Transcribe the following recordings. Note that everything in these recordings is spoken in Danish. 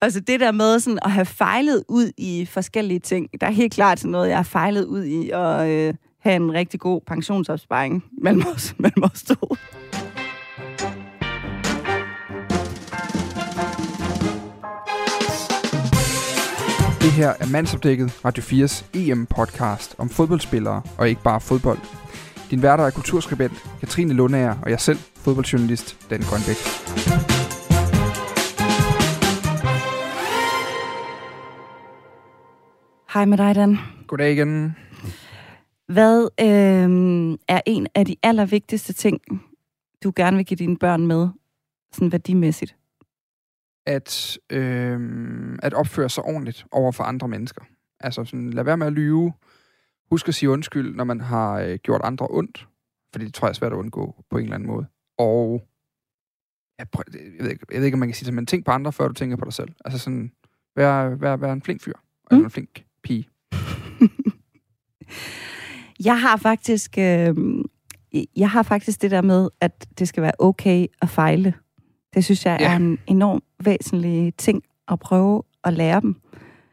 Altså det der med sådan at have fejlet ud i forskellige ting, der er helt klart sådan noget, jeg har fejlet ud i at have en rigtig god pensionsopsparing mellem os to. Det her er Mandsopdækket, Radio 4's EM-podcast om fodboldspillere og ikke bare fodbold. Din værter er kulturskribent Katrine Lundager og jeg selv, fodboldjournalist Dan Grønbæk. Hej med dig, Dan. Goddag igen. Hvad er en af de allervigtigste ting, du gerne vil give dine børn med, sådan værdimæssigt? At opføre sig ordentligt over for andre mennesker. Altså sådan, lad være med at lyve. Husk at sige undskyld, når man har gjort andre ondt. Fordi det tror jeg er svært at undgå på en eller anden måde. Og jeg ved ikke, om man kan sige det, men tænk på andre, før du tænker på dig selv. Altså sådan, vær en flink fyr. Og en flink pige. Jeg har faktisk det der med, at det skal være okay at fejle. Det synes jeg er en enorm væsentlig ting at prøve at lære dem.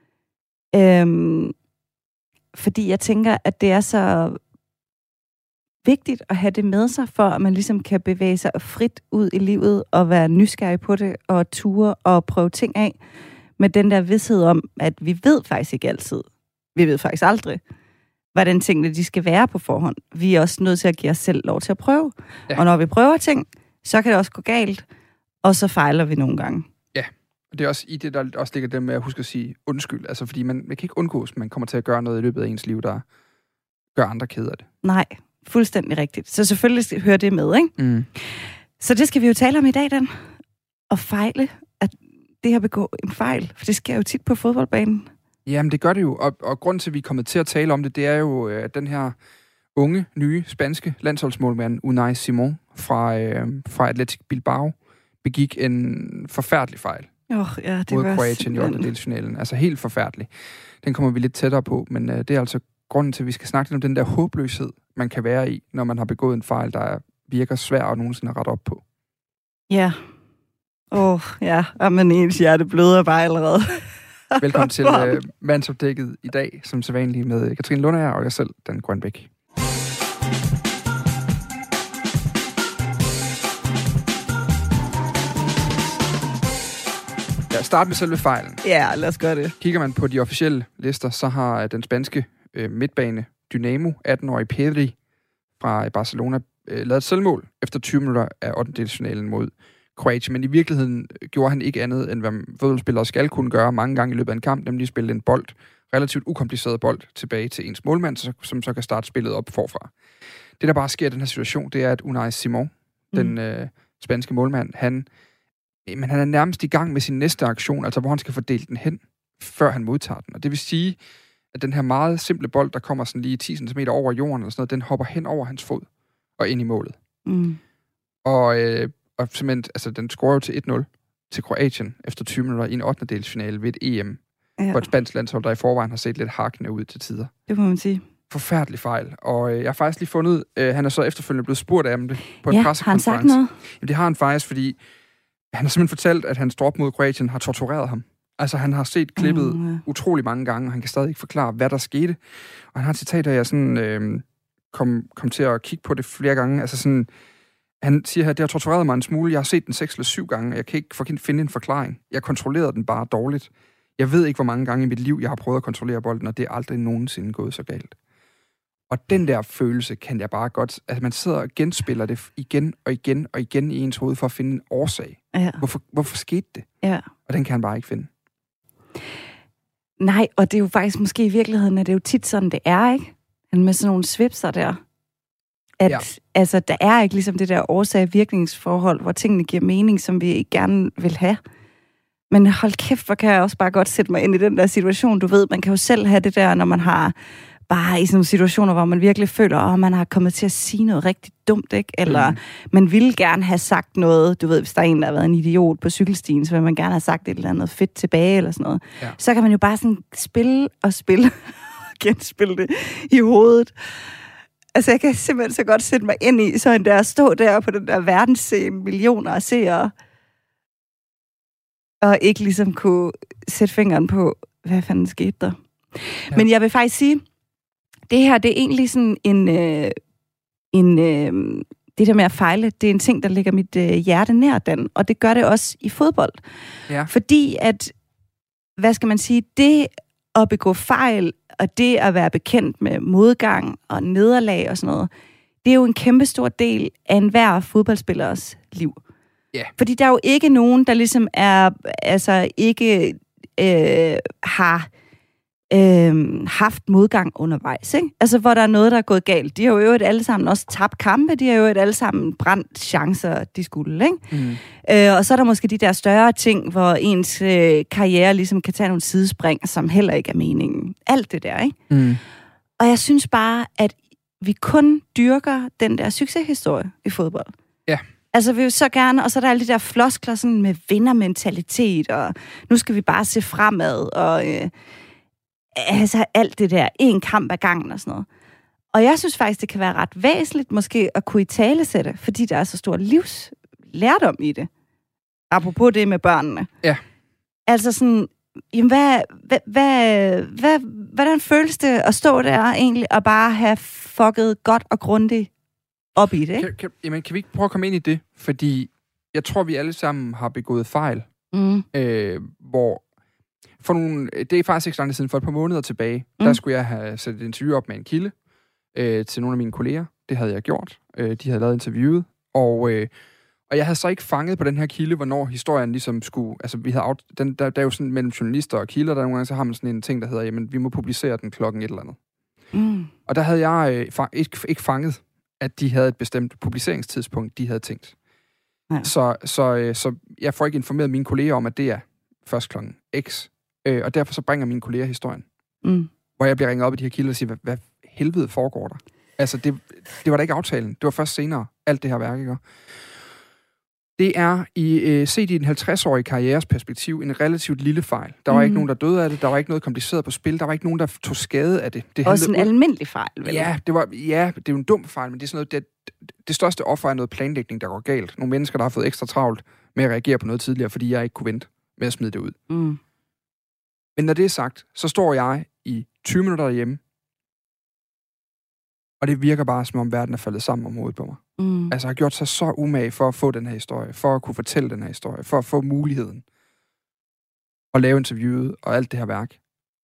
Fordi jeg tænker, at det er så vigtigt at have det med sig, for at man ligesom kan bevæge sig frit ud i livet og være nysgerrig på det og ture og prøve ting af med den der vished om, at vi ved faktisk ikke altid. Vi ved faktisk aldrig, hvordan tingene de skal være på forhånd. Vi er også nødt til at give os selv lov til at prøve. Ja. Og når vi prøver ting, så kan det også gå galt, og så fejler vi nogle gange. Ja, og det er også i det, der også ligger det med at huske at sige undskyld. Altså, fordi man kan ikke undgås, man kommer til at gøre noget i løbet af ens liv, der gør andre ked af det. Nej, fuldstændig rigtigt. Så selvfølgelig hører det med, ikke? Mm. Så det skal vi jo tale om i dag, Dan. At fejle, at det har begået en fejl, for det sker jo tit på fodboldbanen. Jamen, det gør det jo, og grunden til, at vi er kommet til at tale om det, det er jo, at den her unge, nye, spanske landsholdsmålmand Unai Simón fra Athletic Bilbao begik en forfærdelig fejl det mod var Kroatien i 8. delsfinalen. Altså helt forfærdelig. Den kommer vi lidt tættere på, men det er altså grunden til, at vi skal snakke lidt om den der håbløshed, man kan være i, når man har begået en fejl, der virker svær at nogensinde rette op på. Ja. Men ens hjerte bløder bare allerede. Velkommen til Mandsopdækket i dag, som sædvanligt med Katrine Lundager og jeg selv, Dan Grønbæk. Start med selve fejlen. Ja, lad os gøre det. Kigger man på de officielle lister, så har den spanske midtbane Dynamo, 18-årige Pedri fra Barcelona, lavet et selvmål efter 20 minutter af 8. delsfinalen mod Kroatien. Men i virkeligheden gjorde han ikke andet, end hvad fodboldspillere skal kunne gøre mange gange i løbet af en kamp, nemlig spille en bold, relativt ukompliceret bold, tilbage til ens målmand, som så kan starte spillet op forfra. Det, der bare sker i den her situation, det er, at Unai Simón, den spanske målmand, han er nærmest i gang med sin næste aktion, altså hvor han skal fordele den hen, før han modtager den. Og det vil sige, at den her meget simple bold, der kommer sådan lige 10 cm over jorden, eller sådan noget, den hopper hen over hans fod og ind i målet. Mm. Og simpelthen, altså den scorer jo til 1-0 til Kroatien efter 20 minutter i en 8. delsfinale ved et EM, hvor et spansk landshold, der i forvejen har set lidt hakkende ud til tider. Det må man sige. Forfærdelig fejl. Og jeg har faktisk lige fundet, han er så efterfølgende blevet spurgt af ham det på en pressekonference. Har han sagt noget? Jamen, det har han faktisk, fordi han har simpelthen fortalt, at hans drop mod Kroatien har tortureret ham. Altså, han har set klippet utrolig mange gange, og han kan stadig ikke forklare, hvad der skete. Og han har et citat, der jeg sådan kom til at kigge på det flere gange. Altså sådan, han siger her, det har tortureret mig en smule. Jeg har set den 6 eller 7 gange, og jeg kan ikke finde en forklaring. Jeg kontrollerede den bare dårligt. Jeg ved ikke, hvor mange gange i mit liv, jeg har prøvet at kontrollere bolden, og det er aldrig nogensinde gået så galt. Og den der følelse kan jeg bare godt... Altså, man sidder og genspiller det igen og igen og igen i ens hoved for at finde en årsag. Ja. Hvorfor skete det? Ja. Og den kan han bare ikke finde. Nej, og det er jo faktisk måske i virkeligheden, at det er jo tit sådan, det er, ikke? Med sådan nogle svipser der. At altså, der er ikke ligesom det der årsag-virkningsforhold, hvor tingene giver mening, som vi gerne vil have. Men hold kæft, hvor kan jeg også bare godt sætte mig ind i den der situation. Du ved, man kan jo selv have det der, når man har... bare i sådan nogle situationer, hvor man virkelig føler, at man har kommet til at sige noget rigtig dumt, ikke? Eller man ville gerne have sagt noget, du ved, hvis der er en, der har været en idiot på cykelstien, så vil man gerne have sagt et eller andet fedt tilbage, eller sådan noget. Ja. Så kan man jo bare sådan spille og genspille det i hovedet. Altså, jeg kan simpelthen så godt sætte mig ind i, så en der stå der på den der verdensscene, millioner af seere, og ikke ligesom kunne sætte fingeren på, hvad fanden skete der. Ja. Men jeg vil faktisk sige, det her, det er egentlig sådan det der med at fejle, det er en ting, der ligger mit hjerte nær, Dan, og det gør det også i fodbold. Ja. Fordi at, hvad skal man sige, det at begå fejl, og det at være bekendt med modgang og nederlag og sådan noget, det er jo en kæmpe stor del af enhver fodboldspillers liv. Yeah. Fordi der er jo ikke nogen, der ligesom er, altså ikke har haft modgang undervejs, ikke? Altså, hvor der er noget, der er gået galt. De har jo øvrigt alle sammen også tabt kampe, de har jo øvrigt alle sammen brændt chancer, de skulle, ikke? Og så er der måske de der større ting, hvor ens karriere ligesom kan tage nogle sidespring, som heller ikke er meningen. Alt det der, ikke? Og jeg synes bare, at vi kun dyrker den der succeshistorie i fodbold. Ja. Yeah. Altså, vi vil så gerne, og så er der alle de der floskler sådan med vindermentalitet, og nu skal vi bare se fremad, og altså alt det der, en kamp ad gangen og sådan noget. Og jeg synes faktisk, det kan være ret væsentligt måske at kunne italesætte, fordi der er så stor livslærdom i det. Apropos det med børnene. Ja. Altså sådan, jamen hvordan føles det at stå der egentlig, og bare have fucket godt og grundigt op i det, ikke? Kan vi ikke prøve at komme ind i det? Fordi jeg tror, vi alle sammen har begået fejl, hvor det er faktisk ikke så lang tid siden, for et par måneder tilbage, der skulle jeg have sat et interview op med en kilde til nogle af mine kolleger. Det havde jeg gjort. De havde lavet interviewet, og jeg havde så ikke fanget på den her kilde, hvornår historien ligesom skulle... Altså, vi havde der er jo sådan mellem journalister og kilder, der nogle gange så har man sådan en ting, der hedder, jamen, vi må publicere den klokken et eller andet. Og der havde jeg ikke fanget, at de havde et bestemt publiceringstidspunkt, de havde tænkt. Ja. Så jeg får ikke informeret mine kolleger om, at det er først klokken X. Og derfor så bringer mine kolleger historien. Hvor jeg bliver ringet op i de her kilder og siger, hvad helvede foregår der? Altså, det var da ikke aftalen. Det var først senere, alt det her værk, ikke? Det er set i en 50-årig karrieres perspektiv en relativt lille fejl. Der var ikke nogen, der døde af det. Der var ikke noget kompliceret på spil. Der var ikke nogen, der tog skade af det. Også en almindelig fejl, vel? Ja, det er jo en dum fejl, men det er sådan noget, det største offer er noget planlægning, der går galt. Nogle mennesker, der har fået ekstra travlt med at reagere på noget tidligere, fordi jeg ikke kunne vente med at smide det ud. Men når det er sagt, så står jeg i 20 minutter derhjemme, og det virker bare, som om verden er faldet sammen om hovedet på mig. Altså, jeg har gjort sig så umage for at få den her historie, for at kunne fortælle den her historie, for at få muligheden at lave interviewet og alt det her værk.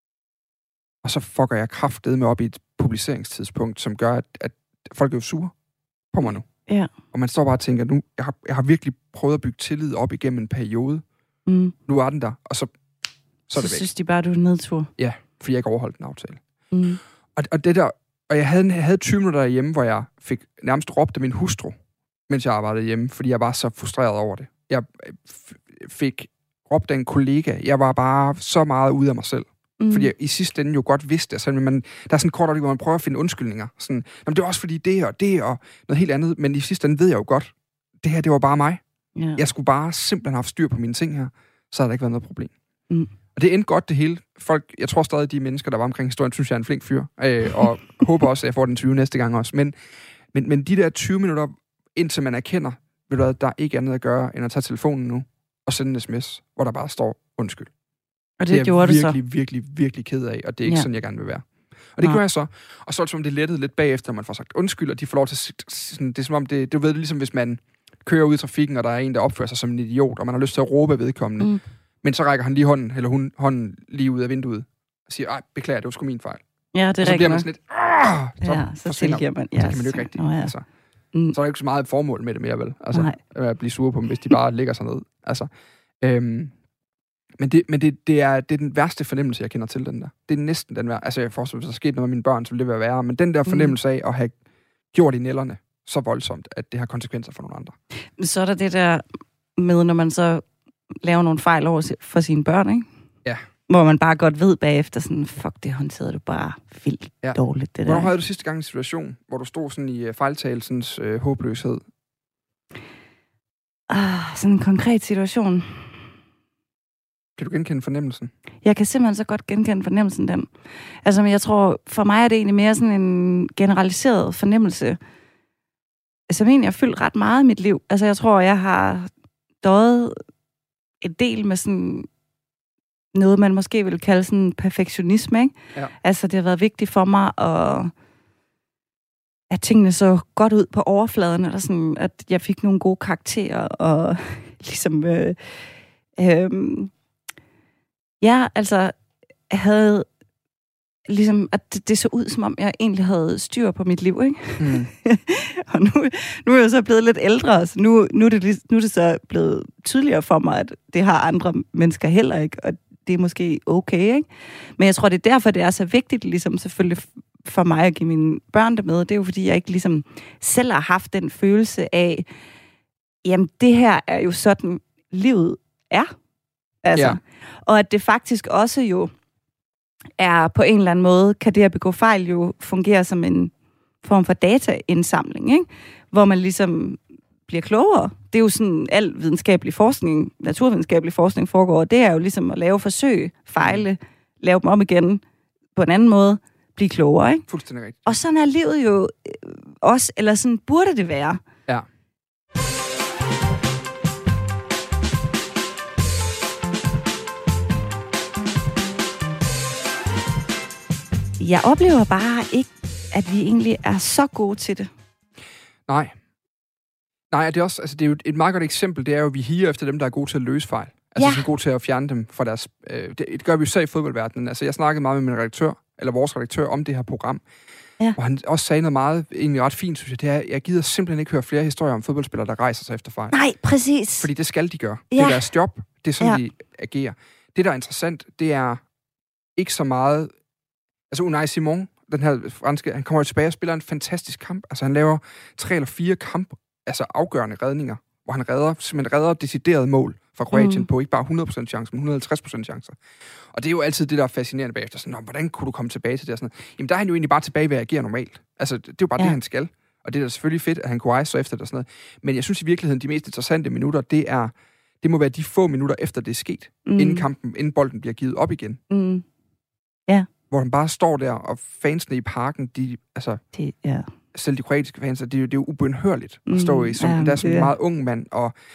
Og så fucker jeg kraftedeme op i et publiceringstidspunkt, som gør, at folk er jo sure på mig nu. Ja. Og man står bare og tænker, nu, jeg har virkelig prøvet at bygge tillid op igennem en periode. Nu er den der, og så er det væk. Så synes de bare, du er nedtur? Ja, fordi jeg ikke overholdt den aftale. Og det der... Og jeg havde 20 minutter derhjemme, hvor jeg fik nærmest råbt af min hustru, mens jeg arbejdede hjemme, fordi jeg var så frustreret over det. Jeg fik råbt af en kollega. Jeg var bare så meget ude af mig selv. Fordi jeg i sidste ende jo godt vidste det. Der er sådan en kort øjeblik, hvor man prøver at finde undskyldninger. Sådan, det var også fordi det og noget helt andet. Men i sidste ende ved jeg jo godt, det var bare mig. Yeah. Jeg skulle bare simpelthen have haft styr på mine ting her, så havde der ikke været noget problem. Og det endte godt det hele. Folk, jeg tror stadig, de mennesker, der var omkring historien, synes jeg er en flink fyr. Og håber også, at jeg får den 20 næste gang også. Men de der 20 minutter, indtil man erkender, ved du hvad, der er ikke andet at gøre, end at tage telefonen nu og sende en sms, hvor der bare står undskyld. Og det gjorde du så? Det er jeg virkelig, virkelig ked af, og det er ikke sådan, jeg gerne vil være. Og det gjorde jeg så. Og så er det som det lettede lidt bagefter, når man får sagt undskyld, og de får lov til sådan, det er som om det, du ved det ligesom hvis man kører ud i trafikken, og der er en, der opfører sig som en idiot, og man har lyst til at råbe af vedkommende. Men så rækker han lige hånden, eller hun hånden lige ud af vinduet, og siger, ej, beklager, det var sgu min fejl. Ja, det er rigtigt. Så bliver man sådan lidt, så tilgiver man. Ja, så kan man jo ikke rigtigt. Altså, så er der ikke så meget formål med det mere, vel? Altså, at blive sure på dem, hvis de bare ligger sig ned. Altså, men det er den værste fornemmelse, jeg kender til, den der. Det er næsten den værste. Altså, jeg forestiller, hvis der skete noget med mine børn, så ville det være værre. Men den der fornemmelse af at have gjort i nælderne så voldsomt, at det har konsekvenser for nogle andre. Så er der det der med, når man så laver nogle fejl over for sine børn, ikke? Ja. Hvor man bare godt ved bagefter, sådan, fuck, det håndterede du bare vildt dårligt, det der. Hvornår havde du sidste gang en situation, hvor du stod sådan i fejltagelsens håbløshed? Sådan en konkret situation. Kan du genkende fornemmelsen? Jeg kan simpelthen så godt genkende fornemmelsen, den. Altså, men jeg tror, for mig er det egentlig mere sådan en generaliseret fornemmelse, som egentlig har fyldt ret meget i mit liv. Altså, jeg tror, jeg har døjet en del med sådan noget, man måske vil kalde sådan perfektionisme, ikke? Ja. Altså, det har været vigtigt for mig, at tingene så godt ud på overfladen, eller sådan, at jeg fik nogle gode karakterer, og ligesom... ja, altså, jeg havde ligesom, at det så ud, som om jeg egentlig havde styr på mit liv, ikke? Mm. Og nu er jeg så blevet lidt ældre, så nu er det så blevet tydeligere for mig, at det har andre mennesker heller ikke, og det er måske okay, ikke? Men jeg tror, det er derfor, det er så vigtigt, ligesom selvfølgelig for mig at give mine børn det med. Det er jo, fordi jeg ikke ligesom selv har haft den følelse af, jamen, det her er jo sådan, livet er. Altså. Ja. Og at det faktisk også jo er på en eller anden måde, kan det at begå fejl jo fungere som en form for dataindsamling, ikke? Hvor man ligesom bliver klogere. Det er jo sådan, al videnskabelig forskning, naturvidenskabelig forskning foregår, det er jo ligesom at lave forsøg, fejle, lave dem om igen på en anden måde, blive klogere, ikke? Fuldstændig rigtigt. Og sådan er livet jo også, eller sådan burde det være. Ja. Jeg oplever bare ikke, at vi egentlig er så gode til det. Nej, det er også, altså det er jo et meget godt eksempel, det er jo, at vi higer efter dem, der er gode til at løse fejl. Altså som er gode til at fjerne dem fra deres... det gør vi jo selv i fodboldverdenen. Altså jeg snakkede meget med min redaktør, eller vores redaktør, om det her program. Ja. Og han også sagde noget meget, egentlig ret fint, synes jeg, det er, jeg gider simpelthen ikke høre flere historier om fodboldspillere, der rejser sig efter fejl. Nej, præcis. Fordi det skal de gøre. Ja. Det er deres job. Det er sådan, de agerer. Det, der er interessant, det er ikke så meget... Altså Unai Simon, den her franske, han kommer jo tilbage og spiller en fantastisk kamp. Altså han laver 3 eller 4 altså afgørende redninger, hvor han redder deciderede mål fra Kroatien på ikke bare 100% chancer, men 150% chancer. Og det er jo altid det, der er fascinerende bagefter. Sådan, hvordan kunne du komme tilbage til det? Og sådan noget. Jamen der er han jo egentlig bare tilbage ved at agere normalt. Altså det er jo bare det, han skal. Og det er da selvfølgelig fedt, at han kunne rejse så efter det og sådan noget. Men jeg synes i virkeligheden, de mest interessante minutter, det må være de få minutter efter det er sket. Inden kampen, inden bolden bliver givet op igen. Ja. Hvor han bare står der, og fansene i parken, selv de kroatiske fans, det er jo ubønhørligt at stå i, som en meget ung mand,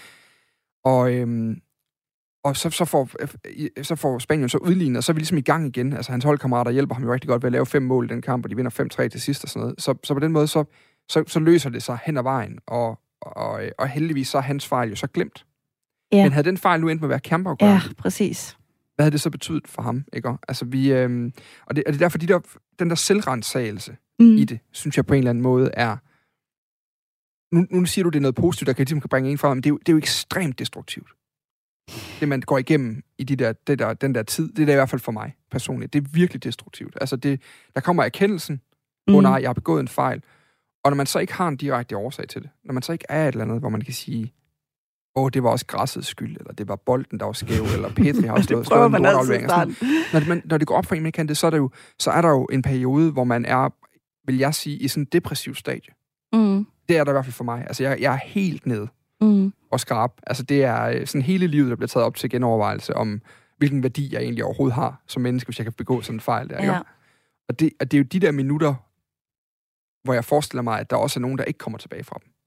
og så får Spanien så udlignet, og så er vi ligesom i gang igen. Altså hans holdkammerater hjælper ham jo rigtig godt ved at lave 5 mål i den kamp, og de vinder 5-3 til sidst og sådan noget. Så på den måde, så løser det sig hen ad vejen, og heldigvis så er hans fejl jo så glemt. Ja. Men havde den fejl nu endt med at være kampafgørende? Ja, præcis. Hvad havde det så betydet for ham, ikke? Altså og det er derfor, den der selvrensagelse i det, synes jeg på en eller anden måde er... Nu siger du, det er noget positivt, der kan bringe en frem, men det er jo ekstremt destruktivt. Det, man går igennem i den der tid, det er i hvert fald for mig personligt. Det er virkelig destruktivt. Altså, der kommer erkendelsen, nej, jeg har begået en fejl, og når man så ikke har en direkte årsag til det, når man så ikke er et eller andet, hvor man kan sige, det var også græssets skyld, eller det var bolden, der var skæv, eller Petri har også stået en aflevering. Når det går op for en, man kan det, så er der jo en periode, hvor man er, vil jeg sige, i sådan en depressiv stadie. Det er der i hvert fald for mig. Altså, jeg er helt nede og skarp. Altså, det er sådan hele livet, der bliver taget op til genovervejelse om, hvilken værdi jeg egentlig overhovedet har som menneske, hvis jeg kan begå sådan en fejl der. Ja. Og det er jo de der minutter, hvor jeg forestiller mig, at der også er nogen, der ikke kommer tilbage fra dem.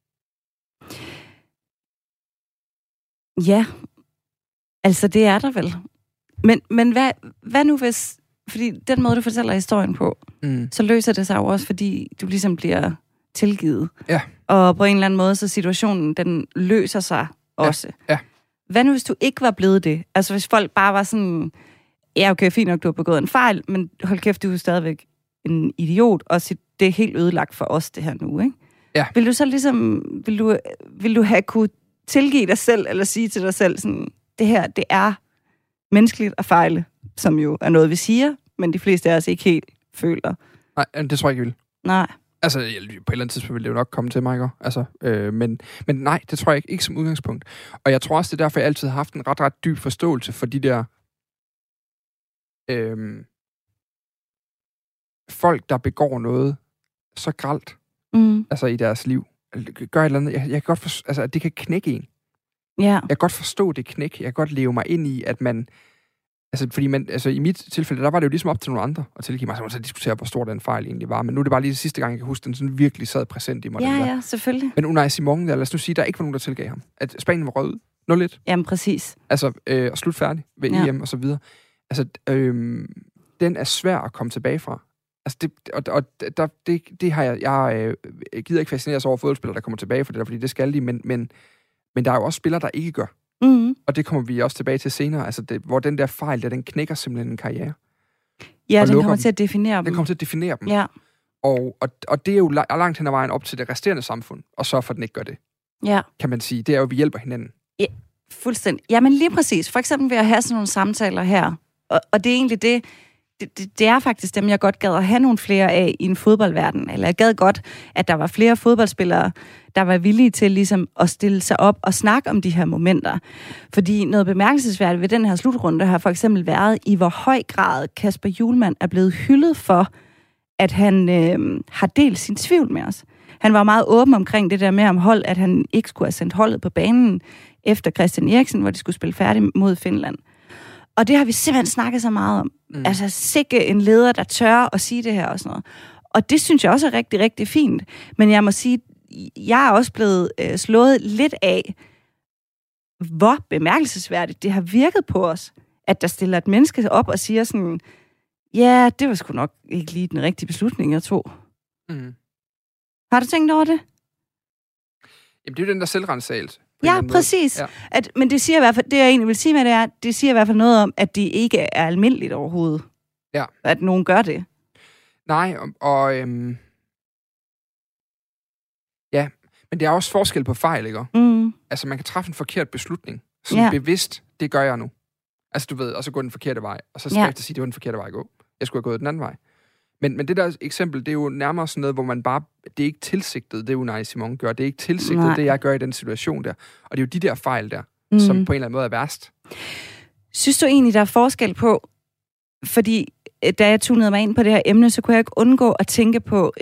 Ja, altså det er der vel. Men hvad nu hvis... Fordi den måde, du fortæller historien på, så løser det sig jo også, fordi du ligesom bliver tilgivet. Ja. Og på en eller anden måde, så situationen, den løser sig også. Ja. Hvad nu, hvis du ikke var blevet det? Altså hvis folk bare var sådan, ja okay, fint nok, du har begået en fejl, men hold kæft, du er stadigvæk en idiot, og det er helt ødelagt for os, det her nu, ikke? Ja. Vil du så ligesom, vil du have kunne tilgive dig selv, eller sige til dig selv, sådan, det her, det er menneskeligt at fejle, som jo er noget, vi siger, men de fleste af os ikke helt føler. Nej, det tror jeg ikke, vil. Nej. Altså, på et eller andet tidspunkt vil det jo nok komme til mig, ikke? Altså, men nej, det tror jeg ikke som udgangspunkt. Og jeg tror også, det er derfor, jeg altid har haft en ret dyb forståelse for de der folk, der begår noget så grelt, altså i deres liv. Gør et eller andet. Jeg kan godt forstå, altså, at det kan knække en. Ja. Jeg kan godt forstå det knæk. Jeg kan godt leve mig ind i, at man... Altså, fordi i mit tilfælde, der var det jo ligesom op til nogle andre at tilgive mig, så diskutere, hvor stor den fejl egentlig var. Men nu er det bare lige det sidste gang, jeg kan huske, den sådan virkelig sad præsent i mig. Ja, selvfølgelig. Men Unai Simon, lad os nu sige, der ikke var nogen, der tilgav ham. At Spanien var røget ud. 0-1. Jamen, præcis. Altså, og slut færdig ved EM og så videre. Altså, den er svær at komme tilbage fra. Altså, det har jeg gider ikke fascineres over fodboldspillere, der kommer tilbage for det der, fordi det skal de, men der er jo også spillere, der ikke gør. Mm-hmm. Og det kommer vi også tilbage til senere, altså hvor den der fejl, den knækker simpelthen en karriere. Ja, den kommer til at definere dem. Den kommer til at definere dem. Ja. Og det er jo langt hen ad vejen op til det resterende samfund, og så for, at den ikke gør det. Ja. Kan man sige. Det er jo, at vi hjælper hinanden. Ja, fuldstændig. Jamen lige præcis. For eksempel ved at have sådan nogle samtaler her. Og det er egentlig det er faktisk dem, jeg godt gad at have nogle flere af i en fodboldverden. Eller jeg gad godt, at der var flere fodboldspillere, der var villige til ligesom at stille sig op og snakke om de her momenter. Fordi noget bemærkelsesværdigt ved den her slutrunde har for eksempel været, i hvor høj grad Kasper Hjulmand er blevet hyldet for, at han har delt sin tvivl med os. Han var meget åben omkring det der med om hold, at han ikke skulle have sendt holdet på banen efter Christian Eriksen, hvor de skulle spille færdig mod Finland. Og det har vi simpelthen snakket så meget om. Altså, sikke en leder, der tør at sige det her og sådan noget. Og det synes jeg også er rigtig, rigtig fint. Men jeg må sige, jeg er også blevet slået lidt af, hvor bemærkelsesværdigt det har virket på os, at der stiller et menneske op og siger sådan, ja, det var sgu nok ikke lige den rigtige beslutning, jeg tog. Mm. Har du tænkt over det? Jamen, det er jo den der selvrensagelse. Ja, præcis. Ja. Men det siger i hvert fald, det jeg egentlig vil sige med det er, det siger i hvert fald noget om, at det ikke er almindeligt overhovedet. Ja. At nogen gør det. Nej, ja, men det er også forskel på fejl, ikke? Mm. Altså, man kan træffe en forkert beslutning. Sådan bevidst, det gør jeg nu. Altså, du ved, og så gå den forkerte vej. Og så skal jeg ikke sige, det var den forkerte vej at gå. Jeg skulle have gået den anden vej. Men det der eksempel, det er jo nærmere sådan noget, hvor man bare, det er ikke tilsigtet, det Unai Simon gør. Det er ikke tilsigtet, det jeg gør i den situation der. Og det er jo de der fejl der, som på en eller anden måde er værst. Synes du egentlig, der er forskel på, fordi da jeg tunede mig ind på det her emne, så kunne jeg ikke undgå at tænke på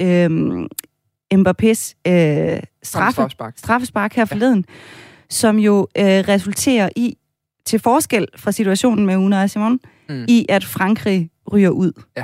Mbappés straffespark her forleden, som jo resulterer i, til forskel fra situationen med Unai Simon, i at Frankrig ryger ud. Ja.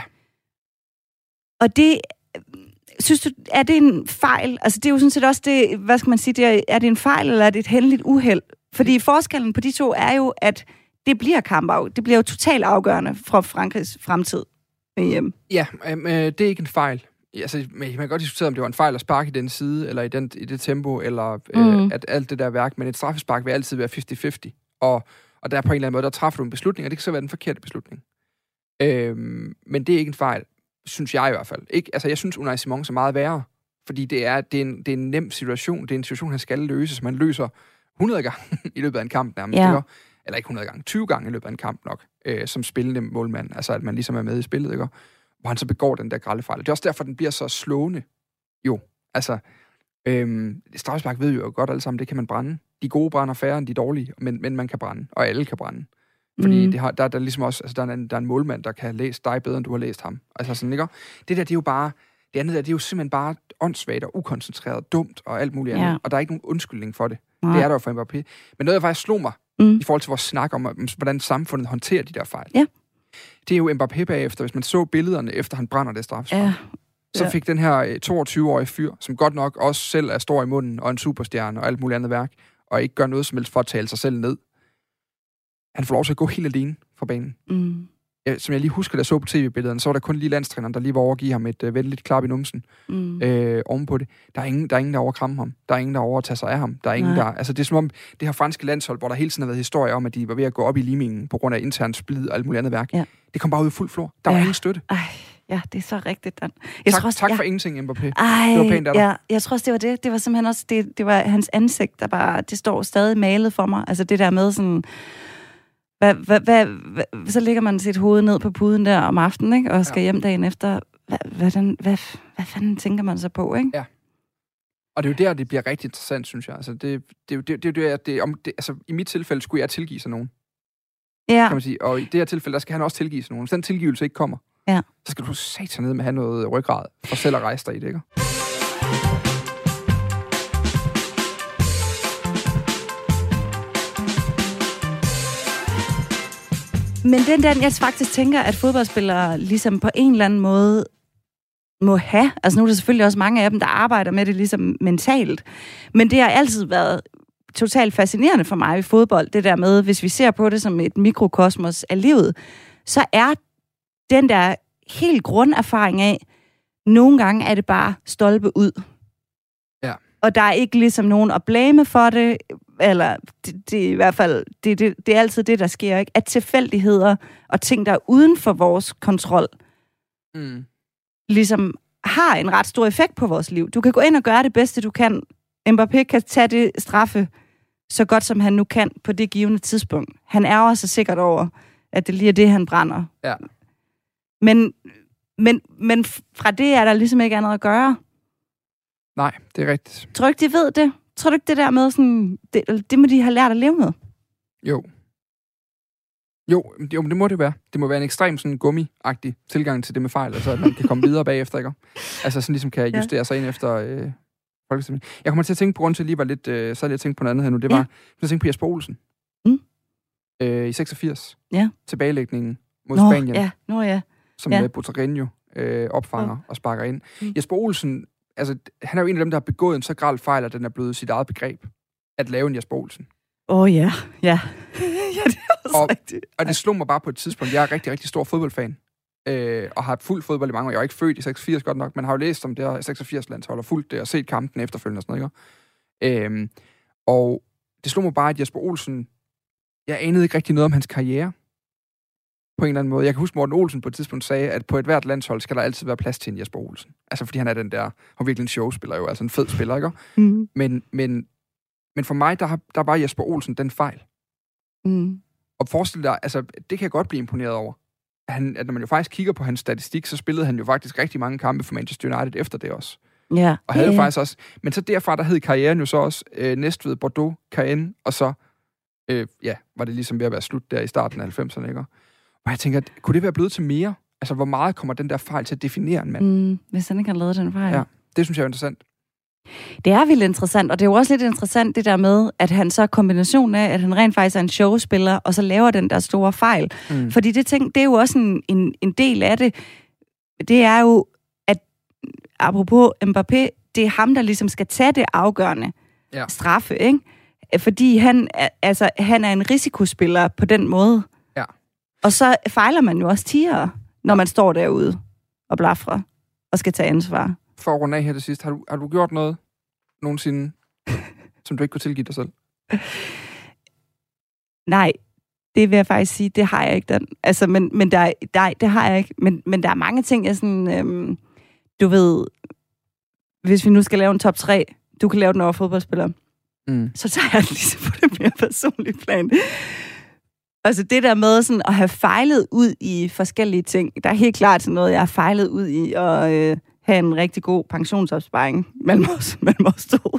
Og det, synes du, er det en fejl? Altså, det er jo sådan set også det, hvad skal man sige, er det en fejl, eller er det et hændeligt uheld? Fordi forskellen på de to er jo, at det bliver det bliver jo totalt afgørende for Frankrigs fremtid med hjem. Ja, det er ikke en fejl. Altså, man kan godt diskutere, om det var en fejl at sparke i den side, eller i det tempo, eller at alt det der værk, men et straffespark vil altid være 50-50. Og der på en eller anden måde, der træffer du en beslutning, og det kan så være den forkerte beslutning. Men det er ikke en fejl. Synes jeg i hvert fald. Ikke? Altså, jeg synes, Unai Simon er meget værre, fordi det er en nem situation. Det er en situation, han skal løse, som man løser 100 gange i løbet af en kamp nærmest. Ja. Eller ikke 100 gange, 20 gange i løbet af en kamp nok, som spillende målmand. Altså, at man ligesom er med i spillet, ikke? Hvor han så begår den der grelle fejl. Det er også derfor, den bliver så slående. Jo, altså, straffespark ved jo godt alle sammen, det kan man brænde. De gode brænder færre end de dårlige, men man kan brænde, og alle kan brænde. Fordi der er ligesom også, altså der er en målmand, der kan læse dig bedre, end du har læst ham. Altså sådan, ikke? Det der, det er jo bare, det andet der, det er jo simpelthen bare åndssvagt og ukoncentreret, dumt og alt muligt andet. Og der er ikke nogen undskyldning for det. Nej. Det er der jo for Mbappé. Men noget, der faktisk slog mig, i forhold til vores snak om, hvordan samfundet håndterer de der fejl. Ja. Det er jo Mbappé bagefter, hvis man så billederne, efter han brænder det straffespark. Så fik den her 22-årige fyr, som godt nok også selv er stor i munden, og en superstjerne og alt muligt andet værk, og ikke gør noget som helst for at tale sig selv ned. Han får lov til at gå helt alene fra banen. Som jeg lige husker, da jeg så på tv-billederne, så var der kun lige landstræneren, der lige var over at give ham et venligt klap i numsen ovenpå det. Der er ingen, der over at kramme ham. Der er ingen, der over at tage sig af ham. Der er ingen, der... Altså, det er som om det her franske landshold, hvor der hele tiden har været historie om, at de var ved at gå op i limingen på grund af intern splid og alt muligt andet værk. Ja. Det kom bare ud i fuld flor. Der var ingen støtte. Ja, det er så rigtigt, Dan. Tak for ingenting, Mbappé. Det var pænt af dig. Ja, jeg tror også, det var det. Det var simpelthen også... Det var hans ansigt, der bare... Det står stadig malet for mig. Altså det der med sådan... Så ligger man sit hoved ned på puden der om aftenen, ikke? Og skal hjem dagen efter. Hvad fanden tænker man så på, ikke? Ja. Og det er jo der, det bliver rigtig interessant, synes jeg. Altså, altså, i mit tilfælde skulle jeg tilgive sig nogen. Ja. Kan man sige. Og i det her tilfælde, der skal han også tilgive sig nogen. Hvis den tilgivelse ikke kommer, så skal du satan ned med at have noget ryggrad for selv at rejse dig i det, ikke? Men den, jeg faktisk tænker, at fodboldspillere ligesom på en eller anden måde må have. Altså nu er der selvfølgelig også mange af dem, der arbejder med det ligesom mentalt. Men det har altid været totalt fascinerende for mig ved fodbold, det der med, hvis vi ser på det som et mikrokosmos af livet, så er den der helt grunderfaring af, nogle gange er det bare stolpe ud. Ja. Og der er ikke ligesom nogen at blame for det, eller det er i hvert fald, det er altid det, der sker, ikke? At tilfældigheder og ting, der er uden for vores kontrol, ligesom har en ret stor effekt på vores liv. Du kan gå ind og gøre det bedste, du kan. Mbappé kan tage det straffe så godt, som han nu kan på det givende tidspunkt. Han ærger sig sikkert over, at det lige er det, han brænder. Ja. Men fra det er der ligesom ikke andet at gøre. Nej, det er rigtigt. Tror du ikke, de ved det? Tror du ikke, det der med sådan... Det må de have lært at leve med? Jo, men det må det være. Det må være en ekstrem sådan gummi-agtig tilgang til det med fejl, altså at man kan komme videre bagefter, ikke? Altså sådan ligesom kan justere sig ind efter folkestemning. Jeg kommer til at tænke på grund til, at lige var lidt... så havde jeg tænkt på noget andet her nu. Det var, jeg tænkte på Jesper Olsen. I 86. Ja. Tilbagelægningen mod Spanien. Ja. Som Butragueño opfanger og sparker ind. Jesper Olsen, altså, han er jo en af dem, der har begået en så grel fejl, at den er blevet sit eget begreb. At lave en Jesper Olsen. Ja. Ja, det er også rigtigt. Og det slog mig bare på et tidspunkt. Jeg er rigtig, rigtig stor fodboldfan. Og har fulgt fodbold i mange år. Jeg er ikke født i 86 godt nok, men har jo læst om det her 86-landshold og fulgt det og set kampen efterfølgende og sådan noget, ikke? Og det slog mig bare, at Jesper Olsen, jeg anede ikke rigtig noget om hans karriere. På en eller anden måde. Jeg kan huske, Morten Olsen på et tidspunkt sagde, at på et hvert landshold skal der altid være plads til en Jesper Olsen. Altså, fordi han er den der, han er virkelig en showspiller jo, altså en fed spiller, ikke? Men for mig, der var Jesper Olsen den fejl. Og forestil dig, altså, det kan jeg godt blive imponeret over. At når man jo faktisk kigger på hans statistik, så spillede han jo faktisk rigtig mange kampe for Manchester United efter det også. Ja. Og havde jo faktisk også, men så derfra, der hed karrieren jo så også Næstved, Bordeaux, Caen, og så, var det ligesom ved at være slut der i starten af 90'erne, ikke? Og jeg tænker, kunne det være blevet til mere? Altså, hvor meget kommer den der fejl til at definere en mand? Hvis han ikke har lavet den fejl. Ja, det synes jeg er interessant. Det er vildt interessant, og det er jo også lidt interessant det der med, at han så kombinationen af, at han rent faktisk er en showspiller, og så laver den der store fejl. Fordi det er jo også en del af det. Det er jo, at apropos Mbappé, det er ham, der ligesom skal tage det afgørende straffe, ikke? Fordi han er en risikospiller på den måde. Ja. Og så fejler man jo også tiere, når man står derude og blafrer og skal tage ansvar. For at runde af her til sidst, har du gjort noget nogensinde, som du ikke kunne tilgive dig selv? Nej, det vil jeg faktisk sige, det har jeg ikke. Altså, men det har jeg ikke. Men der er mange ting, jeg sådan, du ved, hvis vi nu skal lave en top 3, du kan lave den over fodboldspillere, så tager jeg det ligesom på det mere personlige plan. Altså det der med sådan at have fejlet ud i forskellige ting, der er helt klart sådan noget, jeg har fejlet ud i at have en rigtig god pensionsopsparing mellem os to.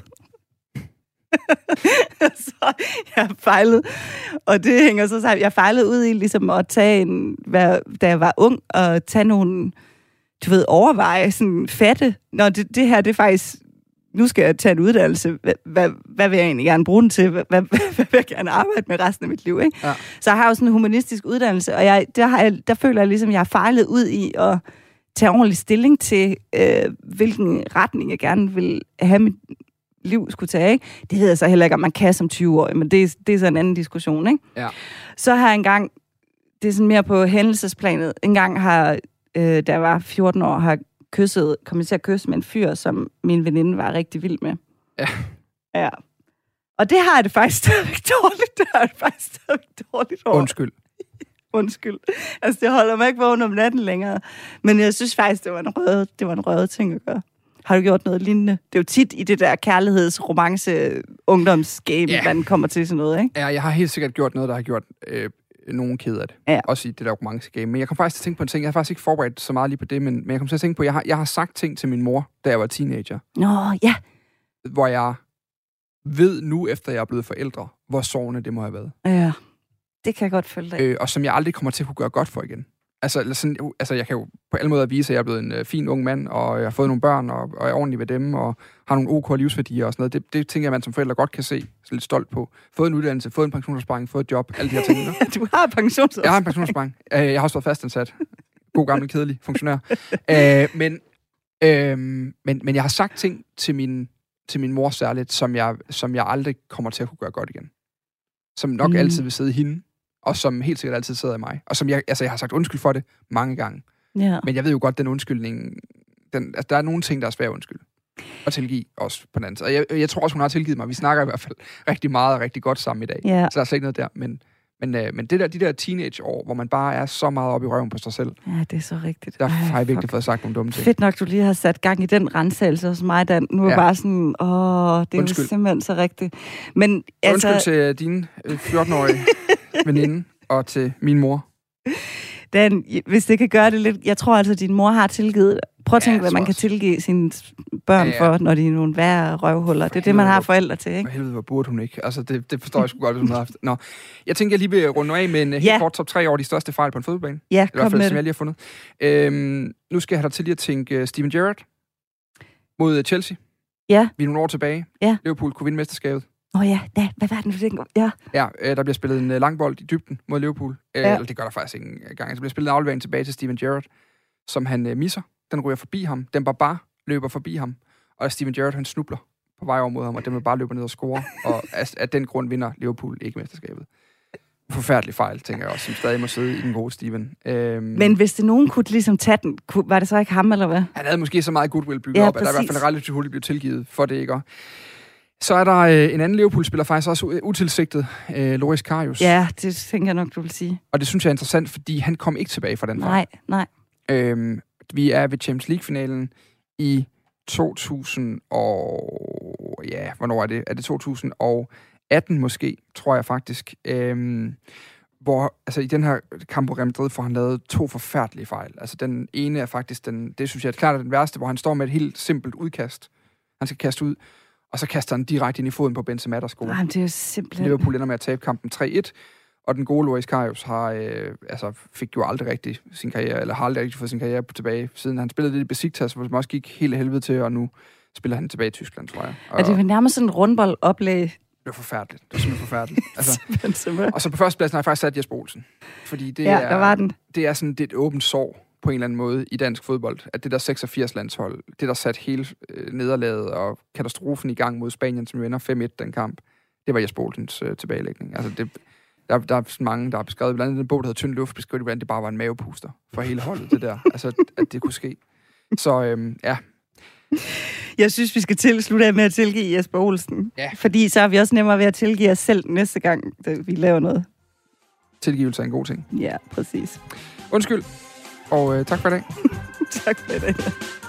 Så jeg har fejlet, og det hænger så sammen. Jeg fejlede ud i ligesom at tage da jeg var ung, og tage nogle, du ved, overveje, sådan fatte, når det her, det er faktisk, nu skal jeg tage en uddannelse, hvad vil jeg egentlig gerne bruge den til? Hvad vil jeg gerne arbejde med resten af mit liv, ikke? Ja. Så jeg har jo sådan en humanistisk uddannelse, og der føler jeg ligesom, jeg har fejlet ud i at tage ordentlig stilling til, hvilken retning jeg gerne vil have mit liv skulle tage, ikke? Det hedder så heller ikke, at man kan som 20-årig, men det er så en anden diskussion, ikke? Ja. Så har jeg engang, det er sådan mere på hændelsesplanet, engang har, da jeg var 14 år, har kommet til at kysse med en fyr, som min veninde var rigtig vild med. Ja. Og det har jeg det faktisk stadigvæk dårligt. over. Undskyld. Altså, det holder mig ikke vågen om natten længere. Men jeg synes faktisk, det var en røde ting at gøre. Har du gjort noget lignende? Det er jo tit i det der kærligheds-romance ungdomsgame, man kommer til sådan noget, ikke? Ja, jeg har helt sikkert gjort noget, der har gjort nogen ked af det. Ja. Også i det der romance-game. Men jeg kom faktisk til at tænke på en ting. Jeg har faktisk ikke forberedt så meget lige på det, men jeg kom til at tænke på, jeg har sagt ting til min mor, da jeg var teenager. Nå, ja. Hvor jeg ved nu, efter jeg er blevet forældre, hvor sårende det må have været. Ja, det kan jeg godt følge dig. Og som jeg aldrig kommer til at kunne gøre godt for igen. Altså, jeg kan jo på alle måder vise, at jeg er blevet en fin ung mand, og jeg har fået nogle børn, og er ordentlig ved dem, og har nogle OK livsværdier og sådan noget. Det tænker jeg, man som forældre godt kan se, så lidt stolt på. Fået en uddannelse, fået en pensionsopsparing, fået et job, alle de her ting. Du har pensionsopsparing? Jeg har en pensionsopsparing. Jeg har også været fastansat. God gammel, kedelig funktionær. Men jeg har sagt ting til min til min mor særligt, som jeg aldrig kommer til at kunne gøre godt igen. Som nok altid vil sidde i hende, og som helt sikkert altid sidder i mig. Og som jeg har sagt undskyld for det mange gange. Ja. Men jeg ved jo godt, den undskyldning, der er nogle ting, der er svære at undskylde. Og tilgive også på den anden side. Og jeg tror også, hun har tilgivet mig. Vi snakker i hvert fald rigtig meget og rigtig godt sammen i dag. Ja. Så der er slet ikke noget der. Men de der teenageår, hvor man bare er så meget oppe i røven på sig selv. Ja, det er så rigtigt. Der har jeg virkelig fået sagt nogle dumme ting. Fedt nok, du lige har sat gang i den rensagelse hos mig, Dan. Nu er bare sådan, det er jo simpelthen så rigtigt. Men altså... Undskyld til din 14-årige veninde og til min mor. Dan, hvis det kan gøre det lidt... Jeg tror altså, at din mor har tilgivet... Prøv at tænke, hvad man kan tilgive sine børn for, når de er nogle værre røvhuller. Det er det, man har forældre til, ikke? For helvede, hvor burde hun ikke? Altså, det forstår jeg sgu godt, hvis hun har haft. Nå, jeg tænker, jeg lige vil runde af med en helt kort top 3 over de største fejl på en fodboldbane. Ja, kom med det. I hvert fald, som jeg lige har fundet. Nu skal jeg have dig til lige at tænke Steven Gerrard mod Chelsea. Ja. Vi er nogle år tilbage. Ja. Liverpool kunne vinde mesterskabet. Hvad var den for det? Ja. Ja, der bliver spillet en langbold i dybden mod Liverpool. Eller det gør der faktisk ikke engang. Der bliver spillet en aflevering tilbage til Steven Gerrard, som han misser. Den ryger forbi ham. Den bare løber forbi ham. Og Steven Gerrard, han snubler på vej over mod ham, og den vil bare løbe ned og score. Og af den grund vinder Liverpool ikke mesterskabet. Forfærdelig fejl, tænker jeg også, som stadig må sidde i den gode Steven. Men hvis det nogen kunne ligesom tage den, var det så ikke ham, eller hvad? Han havde måske så meget goodwill bygget op, præcis. at der i hvert fald relativt hurtigt blev tilgivet for det, ikke? Så er der en anden Liverpool-spiller, faktisk også utilsigtet, Loris Karius. Ja, det tænker jeg nok, du vil sige. Og det synes jeg er interessant, fordi han kom ikke tilbage fra den fejl. Nej. Vi er ved Champions League-finalen i 2000 og... Ja, hvornår er det? Er det 2018 måske, tror jeg faktisk. Hvor, altså i den her kamp på Real Madrid får han lavet 2 forfærdelige fejl. Altså den ene er faktisk det synes jeg klart er den værste, hvor han står med et helt simpelt udkast. Han skal kaste ud, og så kaster han direkte ind i foden på Benzema, der scorer. Det er jo simpelthen... Liverpool ender med at tabe kampen 3-1. Og den gode Loris Karius fik jo aldrig rigtig sin karriere, eller har aldrig rigtig fået sin karriere tilbage, siden han spillede lidt i Besiktas, hvor det også gik helt helvede til, og nu spiller han tilbage i Tyskland, tror jeg. Og det er nærmest sådan en rundboldoplæg. Det var forfærdeligt. Det var simpelthen forfærdeligt. Altså, og så på førstepladsen har jeg faktisk sat Jesper Olsen. Fordi det der var den. Det er sådan et åbent sår på en eller anden måde i dansk fodbold, at det der 86-landshold, det der satte hele nederlaget og katastrofen i gang mod Spanien, som jo ender 5-1 den kamp, det var Jesper Olsens tilbagelægning. Altså der er mange, der har beskrevet, blandt andet en bog, der hedder Tynd Luft, beskrevet, hvordan det bare var en mavepuster for hele holdet, det der. Altså, at det kunne ske. Så ja. Jeg synes, vi skal slutte af med at tilgive Jesper Olsen. Ja. Fordi så er vi også nemmere ved at tilgive os selv næste gang, vi laver noget. Tilgivelse er en god ting. Ja, præcis. Undskyld, og tak for i dag. Tak for i dag.